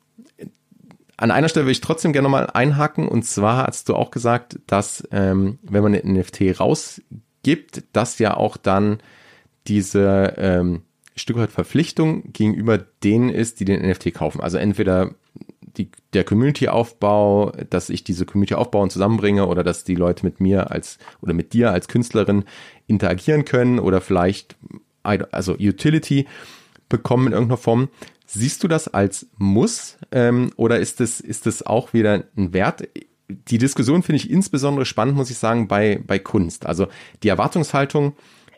an einer Stelle würde ich trotzdem gerne nochmal einhaken, und zwar hast du auch gesagt, dass ähm, wenn man ein N F T rausgibt, dass ja auch dann diese ähm, Stück weit Verpflichtung gegenüber denen ist, die den N F T kaufen. Also entweder die, der Community-Aufbau, dass ich diese Community aufbaue und zusammenbringe oder dass die Leute mit mir als oder mit dir als Künstlerin interagieren können oder vielleicht also Utility bekommen in irgendeiner Form. Siehst du das als Muss ähm, oder ist es ist es auch wieder ein Wert? Die Diskussion finde ich insbesondere spannend, muss ich sagen, bei bei Kunst. Also die Erwartungshaltung,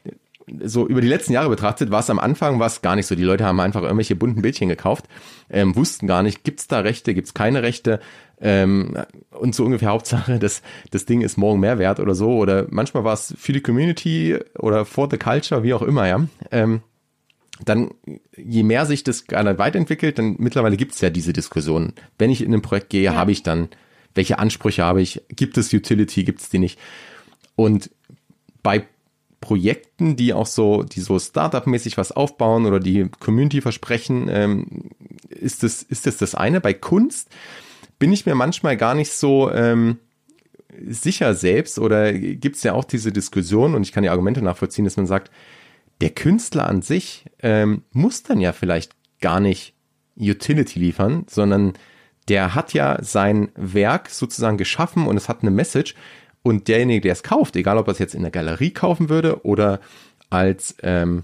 so über die letzten Jahre betrachtet, war es am Anfang war es gar nicht so. Die Leute haben einfach irgendwelche bunten Bildchen gekauft, ähm, wussten gar nicht, gibt's da Rechte, gibt's keine Rechte ähm, und so ungefähr Hauptsache, das, das Ding ist morgen mehr wert oder so. Oder manchmal war es für die Community oder for the culture, wie auch immer, ja. Ähm, dann, je mehr sich das gerade weiterentwickelt, dann mittlerweile gibt's ja diese Diskussion. Wenn ich in ein Projekt gehe, ja. habe ich dann, welche Ansprüche habe ich? Gibt es Utility, gibt's die nicht? Und bei Projekten, die auch so, die so Startup-mäßig was aufbauen oder die Community versprechen, ähm, ist das, ist das das eine. Bei Kunst bin ich mir manchmal gar nicht so ähm, sicher selbst, oder gibt's ja auch diese Diskussion, und ich kann die Argumente nachvollziehen, dass man sagt, der Künstler an sich ähm, muss dann ja vielleicht gar nicht Utility liefern, sondern der hat ja sein Werk sozusagen geschaffen und es hat eine Message. Und derjenige, der es kauft, egal ob er es jetzt in der Galerie kaufen würde oder als, ähm,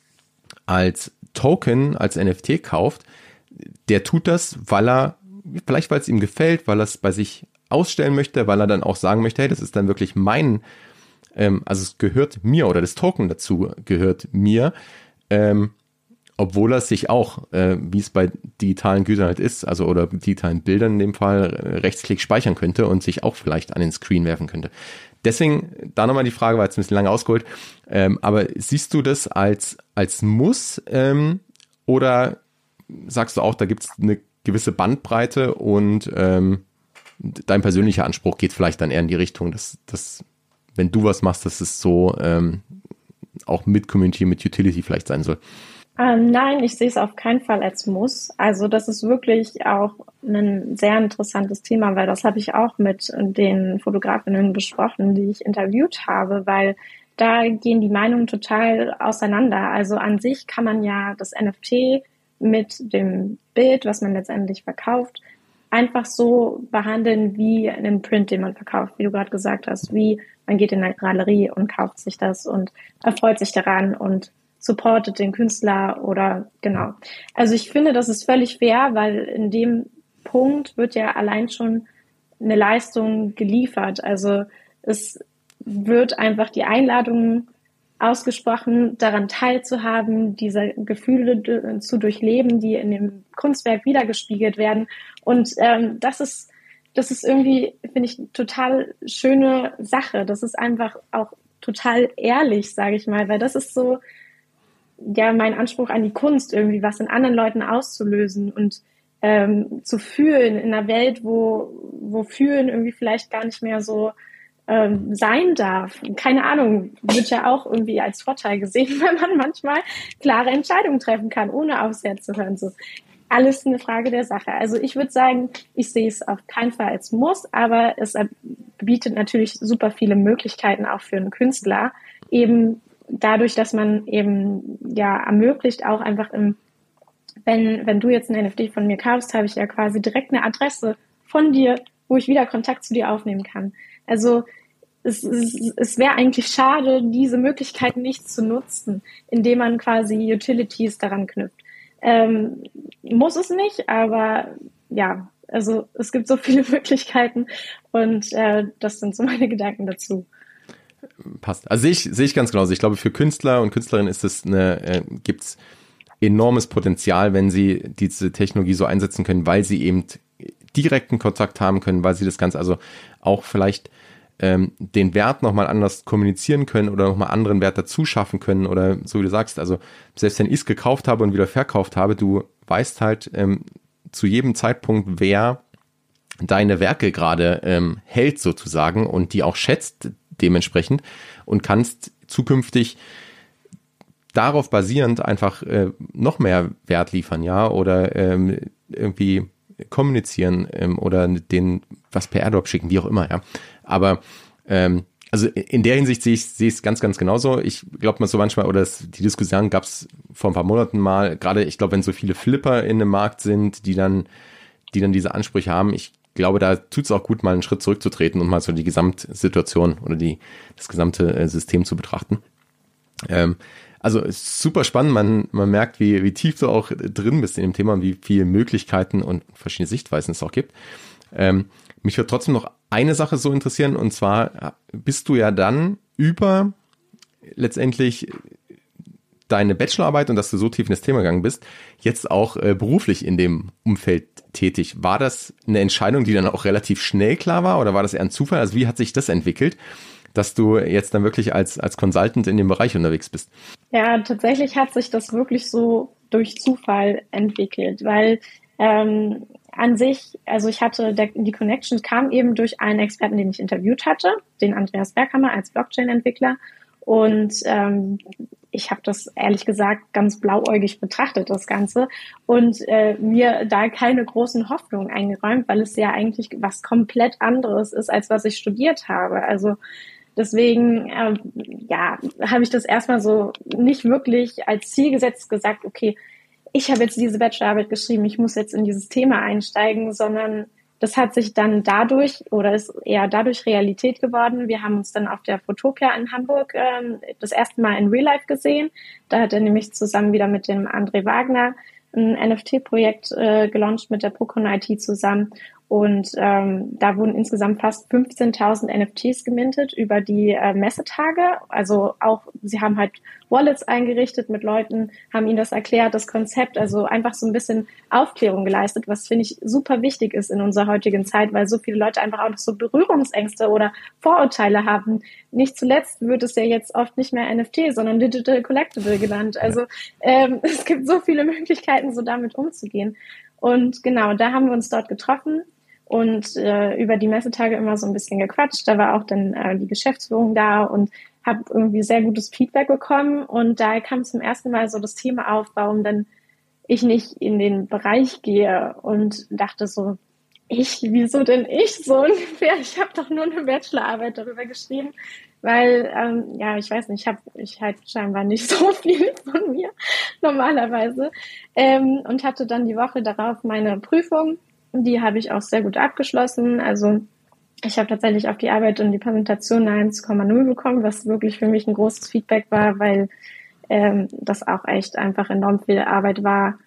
als Token, als N F T kauft, der tut das, weil er, vielleicht weil es ihm gefällt, weil er es bei sich ausstellen möchte, weil er dann auch sagen möchte, hey, das ist dann wirklich mein, ähm, also es gehört mir oder das Token dazu gehört mir, ähm, obwohl er sich auch, äh, wie es bei digitalen Gütern halt ist, also oder digitalen Bildern in dem Fall, äh, Rechtsklick speichern könnte und sich auch vielleicht an den Screen werfen könnte. Deswegen, da nochmal die Frage, war jetzt ein bisschen lange ausgeholt, ähm, aber siehst du das als, als Muss ähm, oder sagst du auch, da gibt es eine gewisse Bandbreite und ähm, dein persönlicher Anspruch geht vielleicht dann eher in die Richtung, dass, dass wenn du was machst, dass es so ähm, auch mit Community, mit Utility vielleicht sein soll? Ähm, nein, ich sehe es auf keinen Fall als Muss. Also das ist wirklich auch ein sehr interessantes Thema, weil das habe ich auch mit den Fotografinnen besprochen, die ich interviewt habe, weil da gehen die Meinungen total auseinander. Also an sich kann man ja das N F T mit dem Bild, was man letztendlich verkauft, einfach so behandeln wie einen Print, den man verkauft, wie du gerade gesagt hast, wie man geht in eine Galerie und kauft sich das und erfreut sich daran und supportet den Künstler oder genau. Also ich finde, das ist völlig fair, weil in dem Punkt wird ja allein schon eine Leistung geliefert. Also es wird einfach die Einladung ausgesprochen, daran teilzuhaben, diese Gefühle zu durchleben, die in dem Kunstwerk wiedergespiegelt werden. Und ähm, das ist, das ist irgendwie, finde ich, total schöne Sache. Das ist einfach auch total ehrlich, sage ich mal, weil das ist so, ja, mein Anspruch an die Kunst, irgendwie was in anderen Leuten auszulösen und ähm, zu fühlen in einer Welt, wo, wo Fühlen irgendwie vielleicht gar nicht mehr so ähm, sein darf. Keine Ahnung, wird ja auch irgendwie als Vorteil gesehen, wenn man manchmal klare Entscheidungen treffen kann, ohne aufs Herz zu hören. So, alles eine Frage der Sache. Also ich würde sagen, ich sehe es auf keinen Fall als Muss, aber es bietet natürlich super viele Möglichkeiten auch für einen Künstler, eben dadurch, dass man eben ja ermöglicht, auch einfach im, wenn, wenn du jetzt ein N F T von mir kaufst, habe ich ja quasi direkt eine Adresse von dir, wo ich wieder Kontakt zu dir aufnehmen kann. Also es, es, es wäre eigentlich schade, diese Möglichkeiten nicht zu nutzen, indem man quasi Utilities daran knüpft. Ähm, muss es nicht, aber ja, also es gibt so viele Möglichkeiten und äh, das sind so meine Gedanken dazu. Passt. Also sehe ich, sehe ich ganz genauso. Ich glaube, für Künstler und Künstlerinnen ist es eine, äh, gibt's enormes Potenzial, wenn sie diese Technologie so einsetzen können, weil sie eben direkten Kontakt haben können, weil sie das Ganze also auch vielleicht ähm, den Wert nochmal anders kommunizieren können oder nochmal anderen Wert dazu schaffen können oder so wie du sagst, also selbst wenn ich es gekauft habe und wieder verkauft habe, du weißt halt ähm, zu jedem Zeitpunkt, wer deine Werke gerade ähm, hält sozusagen und die auch schätzt dementsprechend und kannst zukünftig darauf basierend einfach äh, noch mehr Wert liefern, ja, oder ähm, irgendwie kommunizieren ähm, oder den was per AirDrop schicken, wie auch immer, ja. Aber ähm, also in der Hinsicht sehe ich sehe ich es ganz, ganz genauso. Ich glaube mal so manchmal, oder das, die Diskussion gab es vor ein paar Monaten mal, gerade ich glaube, wenn so viele Flipper in dem Markt sind, die dann, die dann diese Ansprüche haben, ich glaube, da tut es auch gut, mal einen Schritt zurückzutreten und mal so die Gesamtsituation oder die das gesamte äh, System zu betrachten. Ähm, also ist super spannend, man, man merkt, wie, wie tief du auch drin bist in dem Thema und wie viele Möglichkeiten und verschiedene Sichtweisen es auch gibt. Ähm, mich würde trotzdem noch eine Sache so interessieren, und zwar bist du ja dann über letztendlich deine Bachelorarbeit und dass du so tief in das Thema gegangen bist, jetzt auch äh, beruflich in dem Umfeld tätig. War das eine Entscheidung, die dann auch relativ schnell klar war, oder war das eher ein Zufall? Also wie hat sich das entwickelt, dass du jetzt dann wirklich als, als Consultant in dem Bereich unterwegs bist? Ja, tatsächlich hat sich das wirklich so durch Zufall entwickelt, weil ähm, an sich, also ich hatte, der, die Connection kam eben durch einen Experten, den ich interviewt hatte, den Andreas Berghammer als Blockchain-Entwickler, und ähm, ich habe das ehrlich gesagt ganz blauäugig betrachtet, das Ganze, und äh, mir da keine großen Hoffnungen eingeräumt, weil es ja eigentlich was komplett anderes ist, als was ich studiert habe. Also deswegen, äh, ja, habe ich das erstmal so nicht wirklich als Ziel gesetzt, gesagt, okay, ich habe jetzt diese Bachelorarbeit geschrieben, ich muss jetzt in dieses Thema einsteigen, sondern das hat sich dann dadurch oder ist eher dadurch Realität geworden. Wir haben uns dann auf der Photopia in Hamburg ähm, das erste Mal in Real Life gesehen. Da hat er nämlich zusammen wieder mit dem André Wagner ein N F T-Projekt äh, gelauncht mit der Procon I T zusammen. Und ähm, da wurden insgesamt fast fünfzehntausend N F Ts gemintet über die äh, Messetage. Also auch, sie haben halt Wallets eingerichtet mit Leuten, haben ihnen das erklärt, das Konzept, also einfach so ein bisschen Aufklärung geleistet, was finde ich super wichtig ist in unserer heutigen Zeit, weil so viele Leute einfach auch noch so Berührungsängste oder Vorurteile haben. Nicht zuletzt wird es ja jetzt oft nicht mehr N F T, sondern Digital Collectible genannt. Also ähm, es gibt so viele Möglichkeiten, so damit umzugehen. Und genau, da haben wir uns dort getroffen und äh, über die Messetage immer so ein bisschen gequatscht. Da war auch dann äh, die Geschäftsführung da und habe irgendwie sehr gutes Feedback bekommen. Und da kam zum ersten Mal so das Thema auf, warum denn ich nicht in den Bereich gehe, und dachte so, ich, wieso denn ich so ungefähr? Ich habe doch nur eine Bachelorarbeit darüber geschrieben, weil, ähm, ja, ich weiß nicht, ich habe ich halt scheinbar nicht so viel von mir normalerweise, ähm, und hatte dann die Woche darauf meine Prüfung. Die habe ich auch sehr gut abgeschlossen. Also ich habe tatsächlich auf die Arbeit und die Präsentation eine eins Komma null bekommen, was wirklich für mich ein großes Feedback war, weil ähm, das auch echt einfach enorm viel Arbeit war.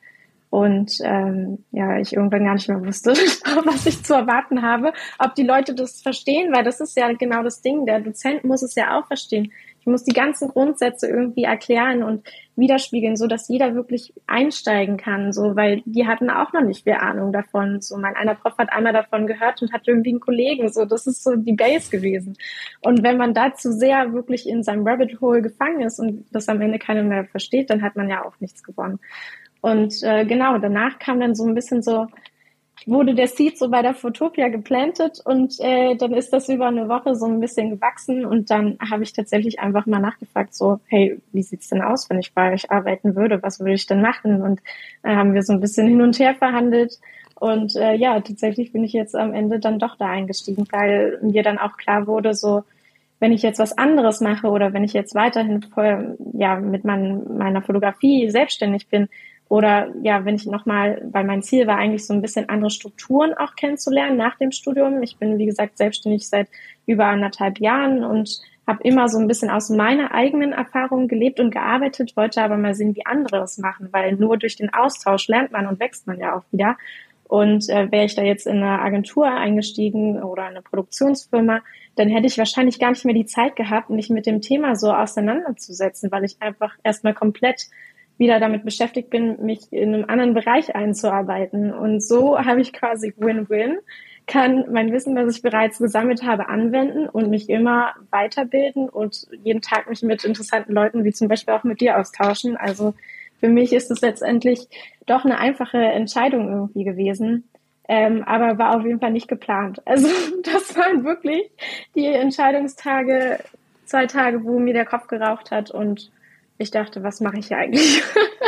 Und ähm, ja, ich irgendwann gar nicht mehr wusste, was ich zu erwarten habe, ob die Leute das verstehen, weil das ist ja genau das Ding. Der Dozent muss es ja auch verstehen. Ich muss die ganzen Grundsätze irgendwie erklären und widerspiegeln, so dass jeder wirklich einsteigen kann, so, weil die hatten auch noch nicht viel Ahnung davon. So, mein einer Prof hat einmal davon gehört und hat irgendwie einen Kollegen, so, das ist so die Base gewesen. Und wenn man da zu sehr wirklich in seinem Rabbit Hole gefangen ist und das am Ende keiner mehr versteht, dann hat man ja auch nichts gewonnen. Und äh, genau, danach kam dann so ein bisschen so, wurde der Seed so bei der Photopia geplantet und äh, dann ist das über eine Woche so ein bisschen gewachsen und dann habe ich tatsächlich einfach mal nachgefragt, so, hey, wie sieht's denn aus, wenn ich bei euch arbeiten würde, was würde ich denn machen? Und dann äh, haben wir so ein bisschen hin und her verhandelt und äh, ja, tatsächlich bin ich jetzt am Ende dann doch da eingestiegen, weil mir dann auch klar wurde, so, wenn ich jetzt was anderes mache oder wenn ich jetzt weiterhin voll, ja, mit mein, meiner Fotografie selbstständig bin, oder ja, wenn ich nochmal, weil mein Ziel war eigentlich so ein bisschen andere Strukturen auch kennenzulernen nach dem Studium. Ich bin, wie gesagt, selbstständig seit über anderthalb Jahren und habe immer so ein bisschen aus meiner eigenen Erfahrung gelebt und gearbeitet, wollte aber mal sehen, wie andere es machen, weil nur durch den Austausch lernt man und wächst man ja auch wieder. Und äh, wäre ich da jetzt in eine Agentur eingestiegen oder eine Produktionsfirma, dann hätte ich wahrscheinlich gar nicht mehr die Zeit gehabt, mich mit dem Thema so auseinanderzusetzen, weil ich einfach erstmal komplett wieder damit beschäftigt bin, mich in einem anderen Bereich einzuarbeiten. Und so habe ich quasi Win-Win, kann mein Wissen, das ich bereits gesammelt habe, anwenden und mich immer weiterbilden und jeden Tag mich mit interessanten Leuten, wie zum Beispiel auch mit dir, austauschen. Also für mich ist es letztendlich doch eine einfache Entscheidung irgendwie gewesen, ähm, aber war auf jeden Fall nicht geplant. Also das waren wirklich die Entscheidungstage, zwei Tage, wo mir der Kopf geraucht hat und ich dachte, was mache ich hier eigentlich?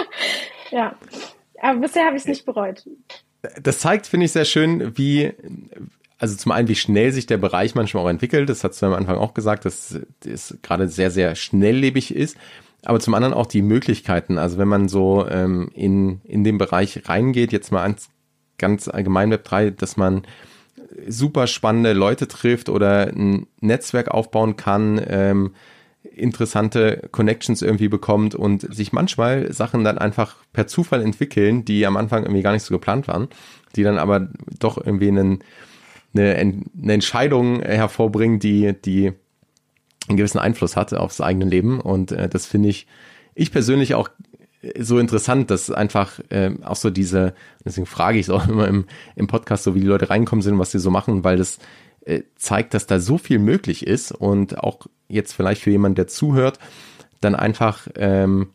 Ja, aber bisher habe ich es nicht bereut. Das zeigt, finde ich, sehr schön, wie, also zum einen, wie schnell sich der Bereich manchmal auch entwickelt. Das hast du am Anfang auch gesagt, dass es gerade sehr, sehr schnelllebig ist. Aber zum anderen auch die Möglichkeiten. Also wenn man so ähm, in, in den Bereich reingeht, jetzt mal ans ganz allgemein Web drei, dass man super spannende Leute trifft oder ein Netzwerk aufbauen kann, ähm, interessante Connections irgendwie bekommt und sich manchmal Sachen dann einfach per Zufall entwickeln, die am Anfang irgendwie gar nicht so geplant waren, die dann aber doch irgendwie einen, eine, eine Entscheidung hervorbringen, die, die einen gewissen Einfluss hat aufs eigene Leben. Und äh, das finde ich, ich persönlich auch so interessant, dass einfach äh, auch so diese, deswegen frage ich es auch immer im, im Podcast, so wie die Leute reinkommen sind und was sie so machen, weil das äh, zeigt, dass da so viel möglich ist und auch jetzt vielleicht für jemanden, der zuhört, dann einfach ähm,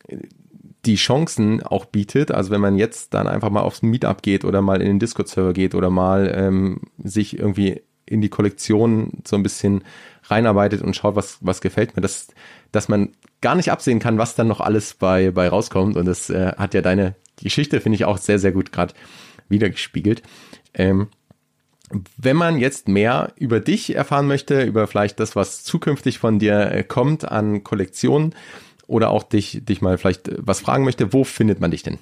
die Chancen auch bietet. Also wenn man jetzt dann einfach mal aufs Meetup geht oder mal in den Discord-Server geht oder mal ähm, sich irgendwie in die Kollektion so ein bisschen reinarbeitet und schaut, was was gefällt mir, dass, dass man gar nicht absehen kann, was dann noch alles bei bei rauskommt. Und das äh, hat ja deine Geschichte, finde ich, auch sehr, sehr gut gerade wiedergespiegelt. Ähm, Wenn man jetzt mehr über dich erfahren möchte, über vielleicht das, was zukünftig von dir kommt an Kollektionen oder auch dich, dich mal vielleicht was fragen möchte, wo findet man dich denn?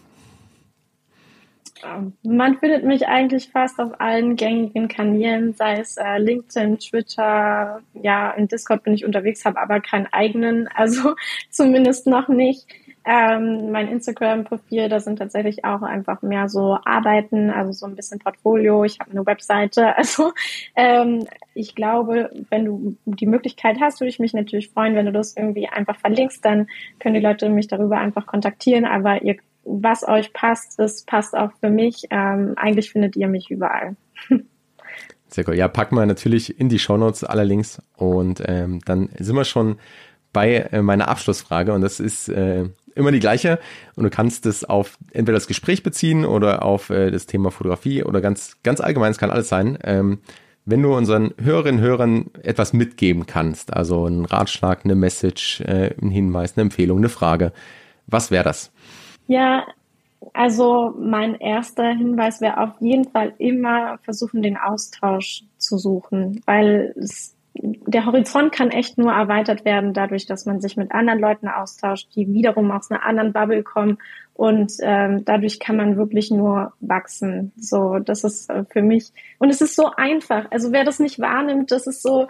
Man findet mich eigentlich fast auf allen gängigen Kanälen, sei es äh, LinkedIn, Twitter, ja, in Discord bin ich unterwegs, habe aber keinen eigenen, also zumindest noch nicht. Ähm, mein Instagram-Profil, da sind tatsächlich auch einfach mehr so Arbeiten, also so ein bisschen Portfolio. Ich habe eine Webseite. Also ähm, ich glaube, wenn du die Möglichkeit hast, würde ich mich natürlich freuen, wenn du das irgendwie einfach verlinkst, dann können die Leute mich darüber einfach kontaktieren. Aber ihr, was euch passt, das passt auch für mich. Ähm, eigentlich findet ihr mich überall. Sehr cool. Ja, packen wir natürlich in die Shownotes alle Links und ähm, dann sind wir schon bei äh, meiner Abschlussfrage und das ist äh, immer die gleiche und du kannst es auf entweder das Gespräch beziehen oder auf äh, das Thema Fotografie oder ganz ganz allgemein, es kann alles sein. Ähm, wenn du unseren Hörerinnen und Hörern etwas mitgeben kannst, also einen Ratschlag, eine Message, äh, einen Hinweis, eine Empfehlung, eine Frage, was wäre das? Ja, also mein erster Hinweis wäre auf jeden Fall immer versuchen, den Austausch zu suchen, weil es der Horizont kann echt nur erweitert werden dadurch, dass man sich mit anderen Leuten austauscht, die wiederum aus einer anderen Bubble kommen und ähm, dadurch kann man wirklich nur wachsen. So, das ist äh, für mich und es ist so einfach. Also wer das nicht wahrnimmt, das ist so,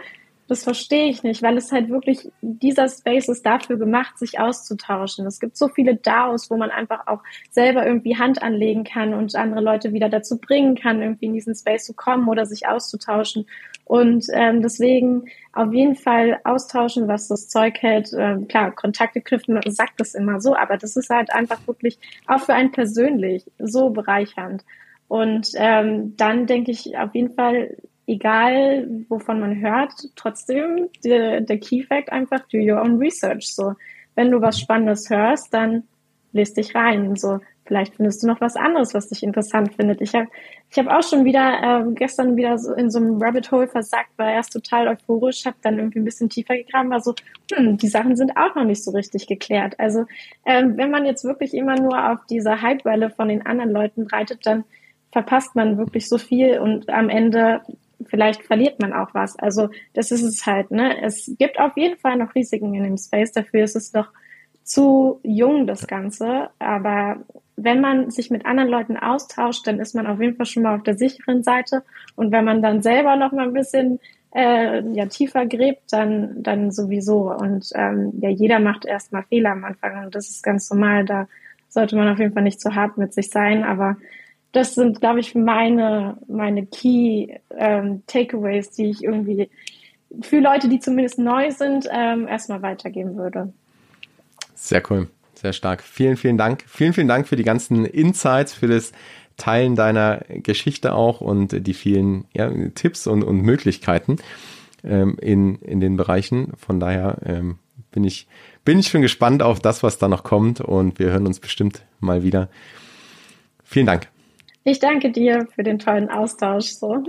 das verstehe ich nicht, weil es halt wirklich, dieser Space ist dafür gemacht, sich auszutauschen. Es gibt so viele D A Os, wo man einfach auch selber irgendwie Hand anlegen kann und andere Leute wieder dazu bringen kann, irgendwie in diesen Space zu kommen oder sich auszutauschen. Und ähm, deswegen auf jeden Fall austauschen, was das Zeug hält. Ähm, klar, Kontakte knüpfen, man sagt das immer so, aber das ist halt einfach wirklich auch für einen persönlich so bereichernd. Und ähm, dann denke ich auf jeden Fall, egal wovon man hört, trotzdem der, der Key Fact einfach, do your own research. So, wenn du was Spannendes hörst, dann lest dich rein. So, vielleicht findest du noch was anderes, was dich interessant findet. Ich habe ich hab auch schon wieder äh, gestern wieder so in so einem Rabbit Hole versagt, war erst total euphorisch, habe dann irgendwie ein bisschen tiefer gegraben, war so, hm, die Sachen sind auch noch nicht so richtig geklärt. Also ähm, wenn man jetzt wirklich immer nur auf diese Hypewelle von den anderen Leuten reitet, dann verpasst man wirklich so viel und am Ende vielleicht verliert man auch was. Also das ist es halt, ne? Es gibt auf jeden Fall noch Risiken in dem Space, dafür ist es noch zu jung, das Ganze. Aber wenn man sich mit anderen Leuten austauscht, dann ist man auf jeden Fall schon mal auf der sicheren Seite. Und wenn man dann selber noch mal ein bisschen äh, ja, tiefer gräbt, dann, dann sowieso. Und ähm, ja, jeder macht erstmal Fehler am Anfang und das ist ganz normal. Da sollte man auf jeden Fall nicht zu hart mit sich sein, aber das sind, glaube ich, meine, meine Key ähm, Takeaways, die ich irgendwie für Leute, die zumindest neu sind, ähm, erstmal weitergeben würde. Sehr cool, sehr stark. Vielen, vielen Dank. Vielen, vielen Dank für die ganzen Insights, für das Teilen deiner Geschichte auch und die vielen ja, Tipps und, und Möglichkeiten ähm, in, in den Bereichen. Von daher ähm, bin ich, bin ich schon gespannt auf das, was da noch kommt und wir hören uns bestimmt mal wieder. Vielen Dank. Ich danke dir für den tollen Austausch. So.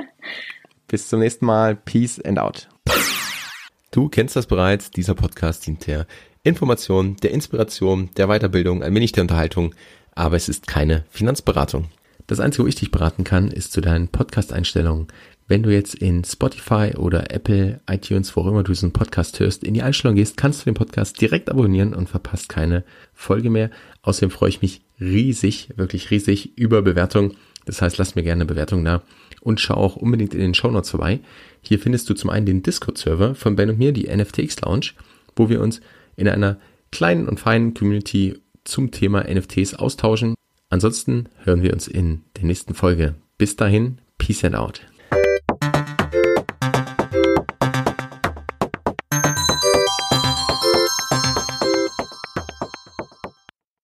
Bis zum nächsten Mal. Peace and out. Du kennst das bereits. Dieser Podcast dient der Information, der Inspiration, der Weiterbildung, ein wenig der Unterhaltung. Aber es ist keine Finanzberatung. Das Einzige, wo ich dich beraten kann, ist zu deinen Podcast-Einstellungen. Wenn du jetzt in Spotify oder Apple, iTunes, wo auch immer du diesen Podcast hörst, in die Einstellung gehst, kannst du den Podcast direkt abonnieren und verpasst keine Folge mehr. Außerdem freue ich mich riesig, wirklich riesig über Bewertungen. Das heißt, lass mir gerne eine Bewertung da und schau auch unbedingt in den Shownotes vorbei. Hier findest du zum einen den Discord-Server von Ben und mir, die N F T X Lounge, wo wir uns in einer kleinen und feinen Community zum Thema N F Ts austauschen. Ansonsten hören wir uns in der nächsten Folge. Bis dahin, Peace and out.